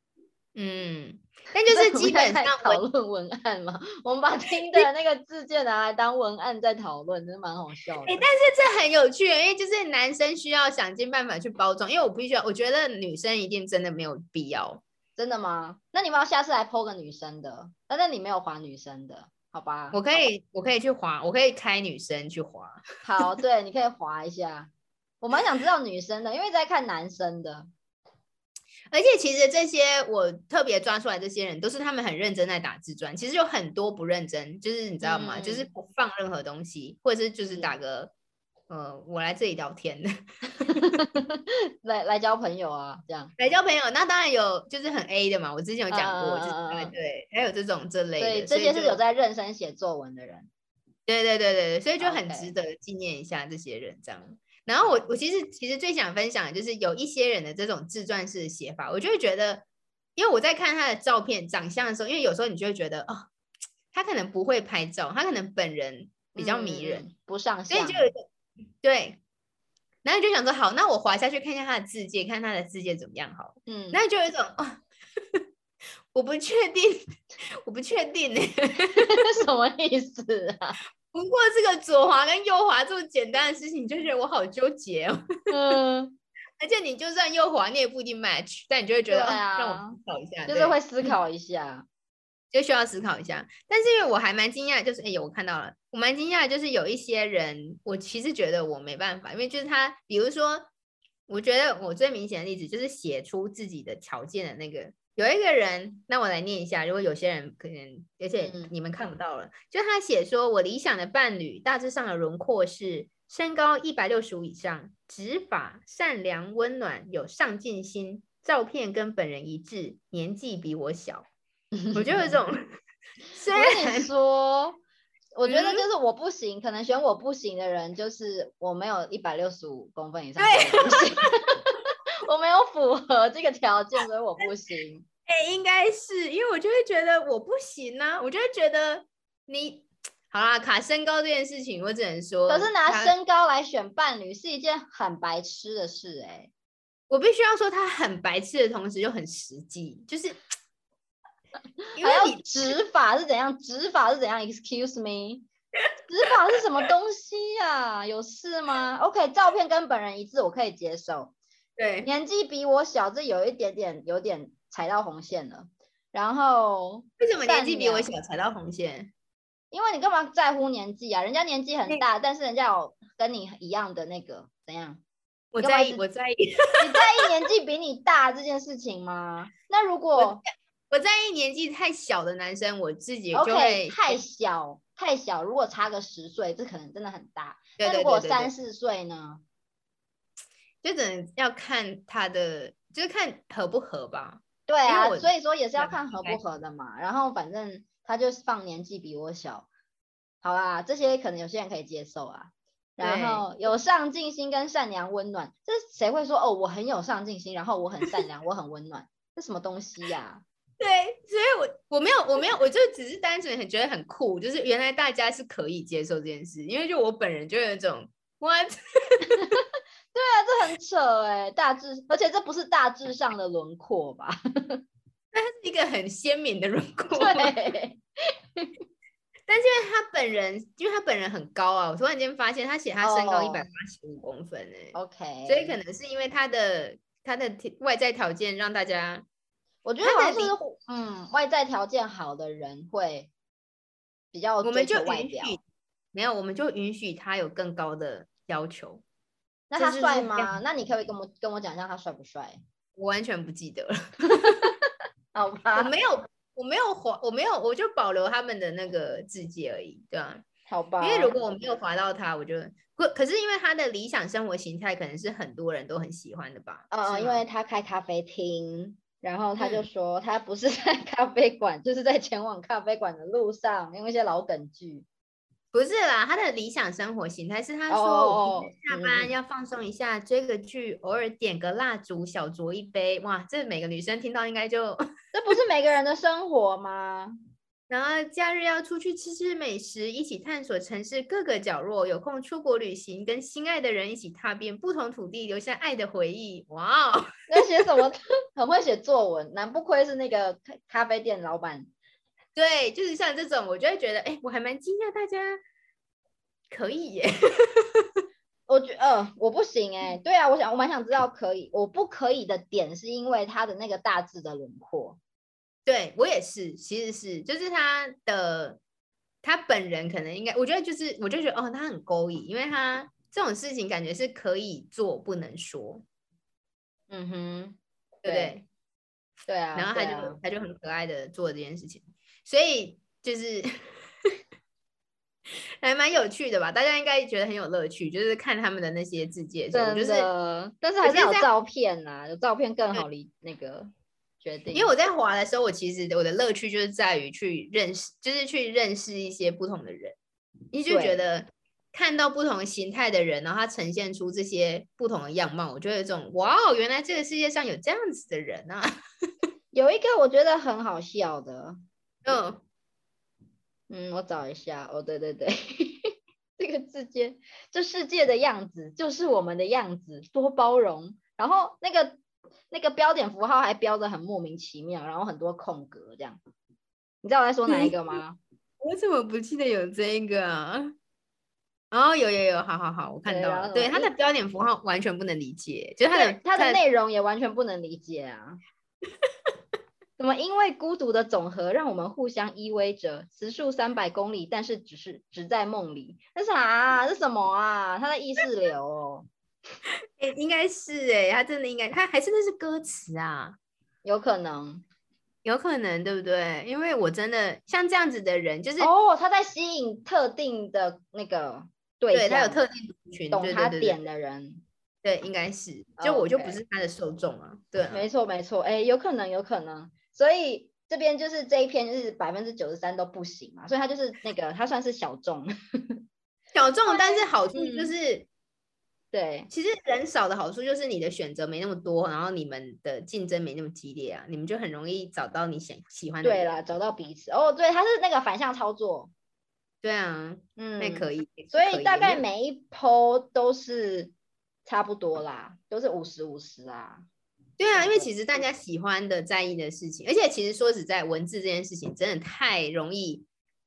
但就是基本上讨论文案嘛，我们把听的那个字件拿来当文案在讨论，真的蛮好笑的。 但是这很有趣，因为就是男生需要想尽办法去包装，因为我觉得女生一定真的没有必要。 真的吗？那你们要下次来 po 个女生的，但是你没有滑女生的，好吧？ 我可以去滑，我可以开女生去滑。 好，对，你可以滑一下。我蛮想知道女生的，因为在看男生的。 而且其实这些我特别抓出来，这些人都是他们很认真在打自传。其实有很多不认真，就是你知道吗？就是不放任何东西，或者是就是打个我来这里聊天的， 来交朋友啊，这样来交朋友。那当然有就是很 A 的嘛，我之前有讲过，就是对，还有这种这类的。 对，这些是有在认真写作文的人。 对，所以就很值得纪念一下这些人这样。然后我其实最想分享的就是有一些人的这种自传式的写法，我就会觉得，因为我在看他的照片长相的时候，因为有时候你就会觉得哦，他可能不会拍照，他可能本人比较迷人， 不上相， 所以就有一个对，然后你就想说好，那我滑下去看一下他的自介，看他的自介怎么样好，然后就有一种我不确定什么意思啊？ 不过这个左滑跟右滑这么简单的事情，你就觉得我好纠结哦。而且你就算右滑，你也不一定 match， 但你就会觉得让我思考一下， 就是会思考一下， 就需要思考一下。但是因为我还蛮惊讶，就是我看到了，我蛮惊讶，就是有一些人，我其实觉得我没办法，因为就是他，比如说，我觉得我最明显的例子就是写出自己的条件的那个。有一个人，那我来念一下，如果有些人可能，而且你们看不到了，就他写说，我理想的伴侣大致上的轮廓是身高165以上，直发，善良温暖，有上进心，照片跟本人一致，年纪比我小。我就有一种， 虽然说我觉得就是我不行，可能选我不行的人就是我没有165公分以上， 对， 不行。我没有符合这个条件，所以我不行。 应该是因为我就会觉得我不行啊，我就会觉得你好啦，卡身高这件事情，我只能说， 可是拿身高来选伴侣是一件很白痴的事我必须要说，他很白痴的同时又很实际，就是还要指法是怎样？指法是怎样 ？Excuse me， 指法是什么东西呀？有事吗 ？OK， 照片跟本人一致，我可以接受。 对， 年纪比我小，这有点踩到红线了。然后为什么年纪比我小踩到红线？ 因为你干嘛在乎年纪啊？人家年纪很大，但是人家有跟你一样的那个怎样？ 我在意， 你在意年纪比你大这件事情吗？那如果我在意年纪太小的男生，我自己就会 OK 太小，如果差个10岁，这可能真的很大。那如果3、4岁呢？ 就只能要看他的，就是看合不合吧。 对啊，所以说也是要看合不合的嘛。然后反正他就是放年纪比我小，好啦，这些可能有些人可以接受啊。然后有上进心跟善良温暖，这谁会说哦我很有上进心，然后我很善良，我很温暖，这什么东西呀？ 对，所以我没有，我就只是单纯很觉得很酷，就是原来大家是可以接受这件事，因为就我本人就有一种 what 对啊，这很扯大致，而且这不是大致上的轮廓吧？ 它是一个很鲜明的轮廓。 对。 但是因为他本人很高啊，我突然间发现他写他身高185公分 OK， 所以可能是因为他的外在条件让大家， 我觉得好像是外在条件好的人会比较追求外表， 没有，我们就允许他有更高的要求。 那他帅吗？那你可以跟我讲一下他帅不帅？ 我完全不记得了。 好吧， 我没有，我就保留他们的那个字迹而已，对吧？ 好吧， 因为如果我没有滑到他，可是因为他的理想生活形态可能是很多人都很喜欢的吧？ 因为他开咖啡厅，然后他就说他不是在咖啡馆，就是在前往咖啡馆的路上，用一些老梗句。 不是啦，他的理想生活形态是他说我下班要放松一下，追个剧，偶尔点个蜡烛，小酌一杯。哇，这每个女生听到应该就这不是每个人的生活吗？ 然后假日要出去吃吃美食，一起探索城市各个角落，有空出国旅行，跟心爱的人一起踏遍不同土地，留下爱的回忆。哇哦， 在写什么？很会写作文，难不愧是那个咖啡店老板。 对，就是像这种，我就会觉得，我还蛮惊讶，大家可以耶。 我觉得，我不行对啊，我蛮想知道可以，我不可以的点是因为他的那个大致的轮廓。 对我也是，其实是就是他本人可能应该，我就觉得哦，他很勾引，因为他这种事情感觉是可以做不能说。 嗯哼， 对不对？ 对啊， 然后他就很可爱的做这件事情，所以就是还蛮有趣的吧？大家应该觉得很有乐趣，就是看他们的那些字界的时候，就是但是还是有照片啊，有照片更好那个决定。 因为我在滑的时候，我其实我的乐趣就是在于去认识一些不同的人，你就觉得看到不同形态的人，然后他呈现出这些不同的样貌，我就有一种哇哦，原来这个世界上有这样子的人啊！ 有一个我觉得很好笑的，我找一下哦，对，这个这世界的样子就是我们的样子，多包容。然后那个标点符号还标得很莫名其妙，然后很多空格这样。你知道我在说哪一个吗？ 我怎么不记得有这个啊？哦，有，好，我看到了。对，他的标点符号完全不能理解，就是他的内容也完全不能理解啊。怎么因为孤独的总和让我们互相依偎着，时速300公里，但是只在梦里？那啥啊？这什么啊？他的意识流哦。 应该是他真的应该，他还是那是歌词啊？ 有可能， 对不对？因为我真的像这样子的人，就是他在吸引特定的那个对象， 他有特定族群， 懂他点的人， 对，应该是，就我就不是他的受众啊，对啊， 没错，有可能，所以这边就是这一篇就是93%都不行嘛，所以他就是那个他算是小众， 小众，但是好处就是。 对， 其实人少的好处就是你的选择没那么多，然后你们的竞争没那么激烈啊，你们就很容易找到你喜欢的人。 对啦，找到彼此。哦，对，他是那个反向操作。 对啊，那可以。 所以大概每一 po 都是差不多啦，都是50-50啊。 对啊，因为其实大家喜欢的、在意的事情，而且其实说实在，文字这件事情真的太容易，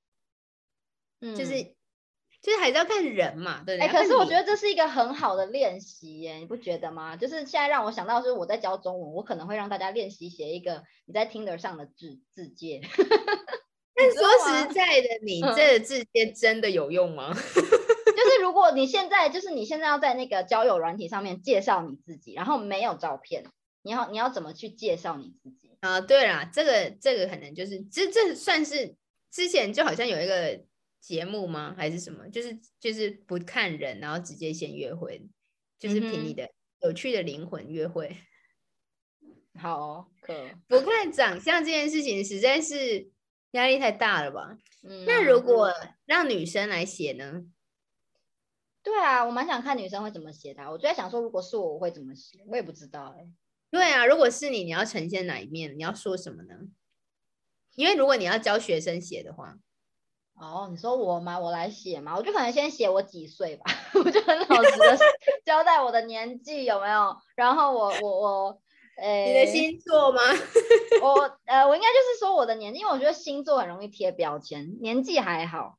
就是还是要看人嘛，对不对？ 可是我觉得这是一个很好的练习耶，你不觉得吗？就是现在让我想到，就是我在教中文，我可能会让大家练习写一个你在 Tinder 上的字界。 但说实在的，你这个字界真的有用吗？ 就是如果你现在要在那个交友软体上面介绍你自己，然后没有照片，你要怎么去介绍你自己啊？对啦，这个可能就是这算是之前就好像有一个节目吗？还是什么？就是不看人，然后直接先约会，就是凭你的有趣的灵魂约会。 好， 不看长相这件事情实在是压力太大了吧？那如果让女生来写呢？ 对啊，我蛮想看女生会怎么写的。我就在想说，如果是我会怎么写？我也不知道对啊，如果是你要呈现哪一面？你要说什么呢？因为如果你要教学生写的话。 哦，你说我吗？我来写吗？我就可能先写我几岁吧，我就很老实的交代我的年纪有没有，然后我你的星座吗？ 我应该就是说我的年纪，因为我觉得星座很容易贴标签，年纪还好。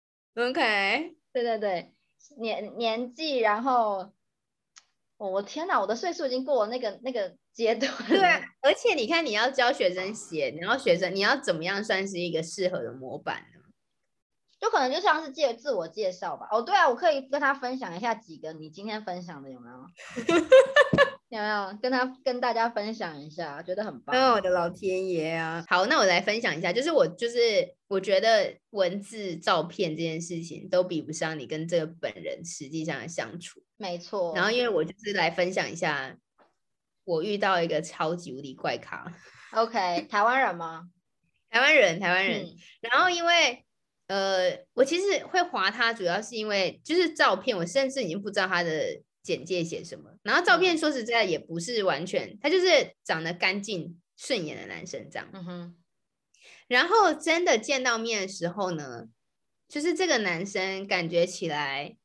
OK， 对，年纪，然后我天哪，我的岁数已经过了那个阶段。 对，而且你看，你要教学生写，然后学生你要怎么样算是一个适合的模板呢？ 就可能就像是自我介绍吧。哦，对啊，我可以跟他分享一下几个你今天分享的有没有？有没有跟大家分享一下？觉得很棒。 我的老天爷啊！好，那我来分享一下，就是我觉得文字、照片这件事情都比不上你跟这个本人实际上的相处。 没错。 然后因为我就是来分享一下，我遇到一个超级无敌怪咖。 OK， 台湾人吗？ 台湾人。然后因为我其实会滑他，主要是因为就是照片，我甚至已经不知道他的简介写什么。然后照片说实在也不是完全，他就是长得干净顺眼的男生这样。然后真的见到面的时候呢，就是这个男生感觉起来，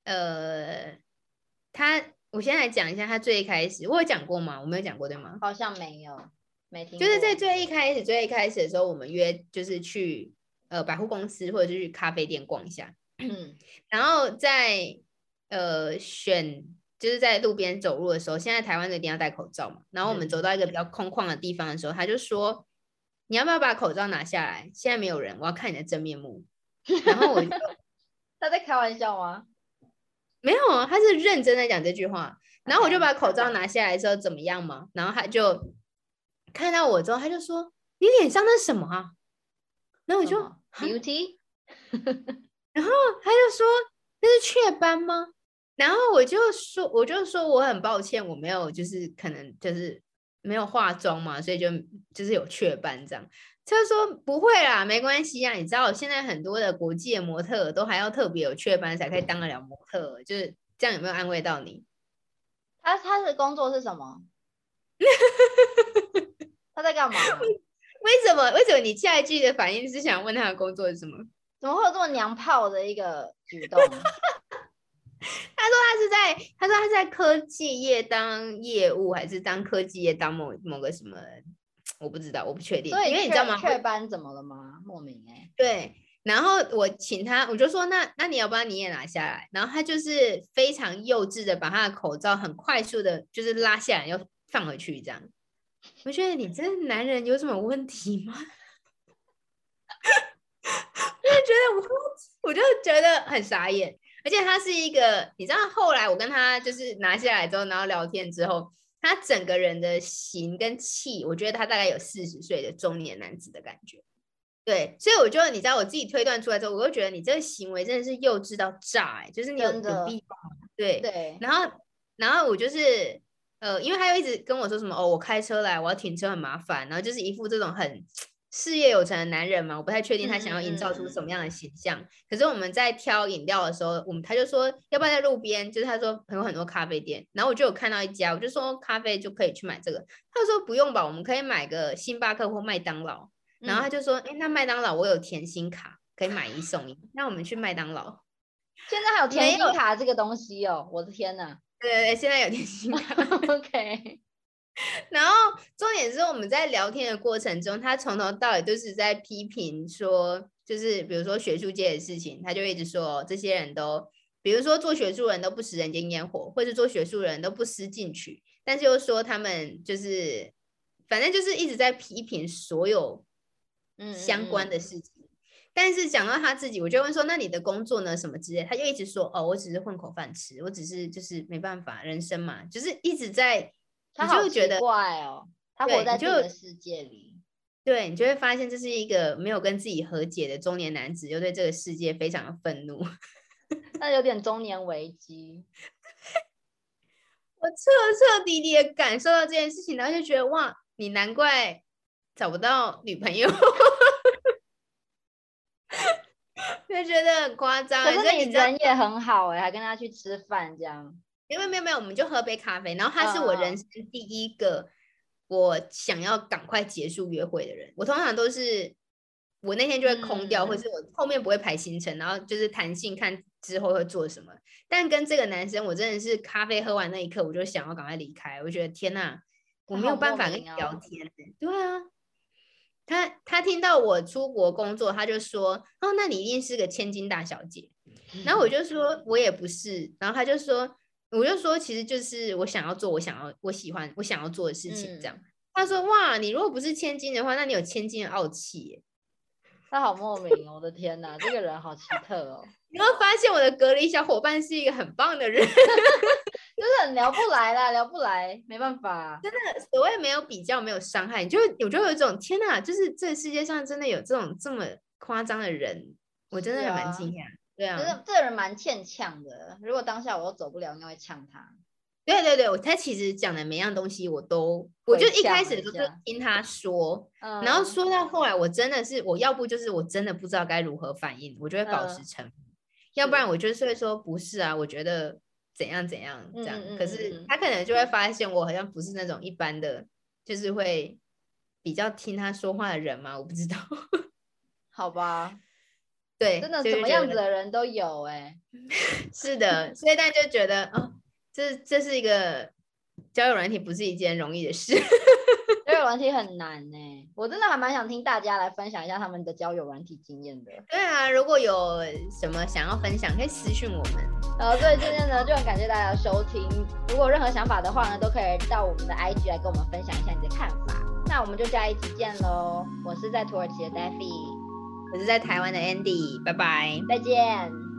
我先来讲一下他最一开始，我有讲过吗？我没有讲过对吗？ 好像没有，没听过。 就是在最一开始的时候，我们约就是去百货公司或者是去咖啡店逛一下。然后在就是在路边走路的时候，现在台湾一定要戴口罩嘛。然后我们走到一个比较空旷的地方的时候，他就说：“你要不要把口罩拿下来？现在没有人，我要看你的真面目。”然后我就他在开玩笑吗？ 没有啊，他是认真的讲这句话。然后我就把口罩拿下来之后怎么样嘛？然后他就看到我之后，他就说：“你脸上那是什么啊？”然后我就 beauty， 然后他就说：“那是雀斑吗？”然后我就说我很抱歉，我没有就是可能就是没有化妆嘛，所以就是有雀斑这样。他就说不会啦，没关系啊，你知道现在很多的国际的模特都还要特别有雀斑才可以当得了模特，就是这样有没有安慰到你？ 他的工作是什么？他在干嘛？ 为什么你下一句的反应是想问他的工作是什么？ 怎么会有这么娘炮的一个举动？ 他说他是在科技业当业务，还是当科技业当某个什么？我不知道，我不确定。因为你知道吗？ 雀斑怎么了吗？莫名对，然后我请他，我就说那你要不要你也拿下来？然后他就是非常幼稚的把他的口罩很快速的，就是拉下来又放回去这样。我觉得你这男人有什么问题吗？我就觉得很傻眼。而且他是一个，你知道，后来我跟他就是拿下来之后，然后聊天之后，他整个人的型跟气，我觉得他大概有40岁的中年男子的感觉。对，所以我就你知道，我自己推断出来之后，我就觉得你这个行为真的是幼稚到炸，就是你有必要吗？对。然后我就是因为他又一直跟我说什么我开车来，我要停车很麻烦，然后就是一副这种很事业有成的男人嘛，我不太确定他想要营造出什么样的形象。可是我们在挑饮料的时候，他就说要不要在路边，就是他说有很多咖啡店，然后我就有看到一家，我就说咖啡就可以去买这个，他说不用吧，我们可以买个星巴克或麦当劳。然后他就说那麦当劳我有甜心卡，可以买1送1，那我们去麦当劳。 现在还有甜心卡这个东西哦，我的天哪！ 对，现在有甜心卡。 OK。 然后重点是我们在聊天的过程中，他从头到尾都是在批评说，就是比如说学术界的事情，他就一直说这些人都，比如说做学术人都不食人间烟火，或是做学术人都不思进取，但是又说他们就是反正就是一直在批评所有相关的事情。但是讲到他自己，我就问说那你的工作呢什么之类，他就一直说我只是混口饭吃，我只是就是没办法，人生嘛，就是一直在。 他好奇怪哦，他活在自己的世界里。 对，你就会发现这是一个没有跟自己和解的中年男子，又对这个世界非常的愤怒。 那有点中年危机。 我彻底的感受到这件事情，然后就觉得哇，你难怪找不到女朋友。就觉得很夸张。 可是你人也很好还跟他去吃饭这样。 没有，我们就喝杯咖啡。然后他是我人生第一个我想要赶快结束约会的人。我通常都是我那天就会空掉，或是我后面不会排行程，然后就是弹性看之后会做什么。但跟这个男生，我真的是咖啡喝完那一刻，我就想要赶快离开。我觉得天哪，我没有办法跟你聊天。对啊，他听到我出国工作，他就说那你一定是个千金大小姐。然后我就说我也不是。然后他就说。我就说，其实就是我想要做我喜欢我想要做的事情，这样。他说：“哇，你如果不是千金的话，那你有千金的傲气耶。” 他好莫名哦，我的天哪，这个人好奇特哦。 你会发现我的隔离小伙伴是一个很棒的人， 就是很聊不来啦，聊不来，没办法。 真的，所谓没有比较，没有伤害，我就有一种天哪，就是这个世界上真的有这么夸张的人，我真的还蛮惊讶。对啊， 这个人蛮欠呛的。如果当下我都走不了，应该会呛他。 对，他其实讲的每样东西我就一开始都是听他说，然后说到后来，我真的是我要不就是我真的不知道该如何反应，我就会保持沉默，要不然我就是会说不是啊，我觉得怎样这样。可是他可能就会发现我好像不是那种一般的，就是会比较听他说话的人嘛，我不知道。 好吧。 对， 真的什么样子的人都有是的，所以但就觉得这是一个交友软体，不是一件容易的事。 交友软体很难我真的还蛮想听大家来分享一下他们的交友软体经验的。 对啊，如果有什么想要分享，可以私讯我们。 对，今天呢就很感谢大家的收听。如果有任何想法的话呢，都可以到我们的 IG 来跟我们分享一下你的看法。那我们就下一集见咯。我是在土耳其的 Daffy。 我是在台湾的 Andy， 拜拜， 再见。